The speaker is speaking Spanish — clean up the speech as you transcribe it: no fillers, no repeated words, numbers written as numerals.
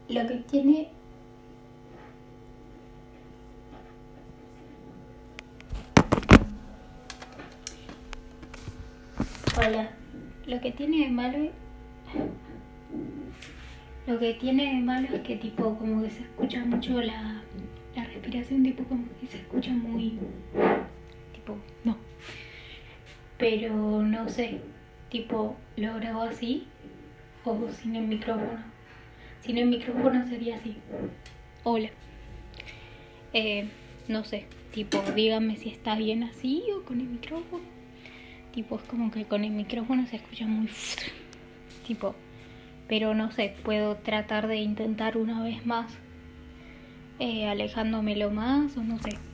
Lo que tiene... Hola. Lo que tiene de malo... Lo que tiene de malo es que tipo como que se escucha mucho la respiración, tipo como que se escucha muy... Tipo, no. Pero no sé, tipo, lo grabo así o sin el micrófono. Sin el micrófono sería así. Hola. No sé, tipo, díganme si está bien así o con el micrófono. Tipo, es como que con el micrófono se escucha muy... Tipo, pero no sé, puedo tratar de intentar una vez más, alejándome lo más o no sé.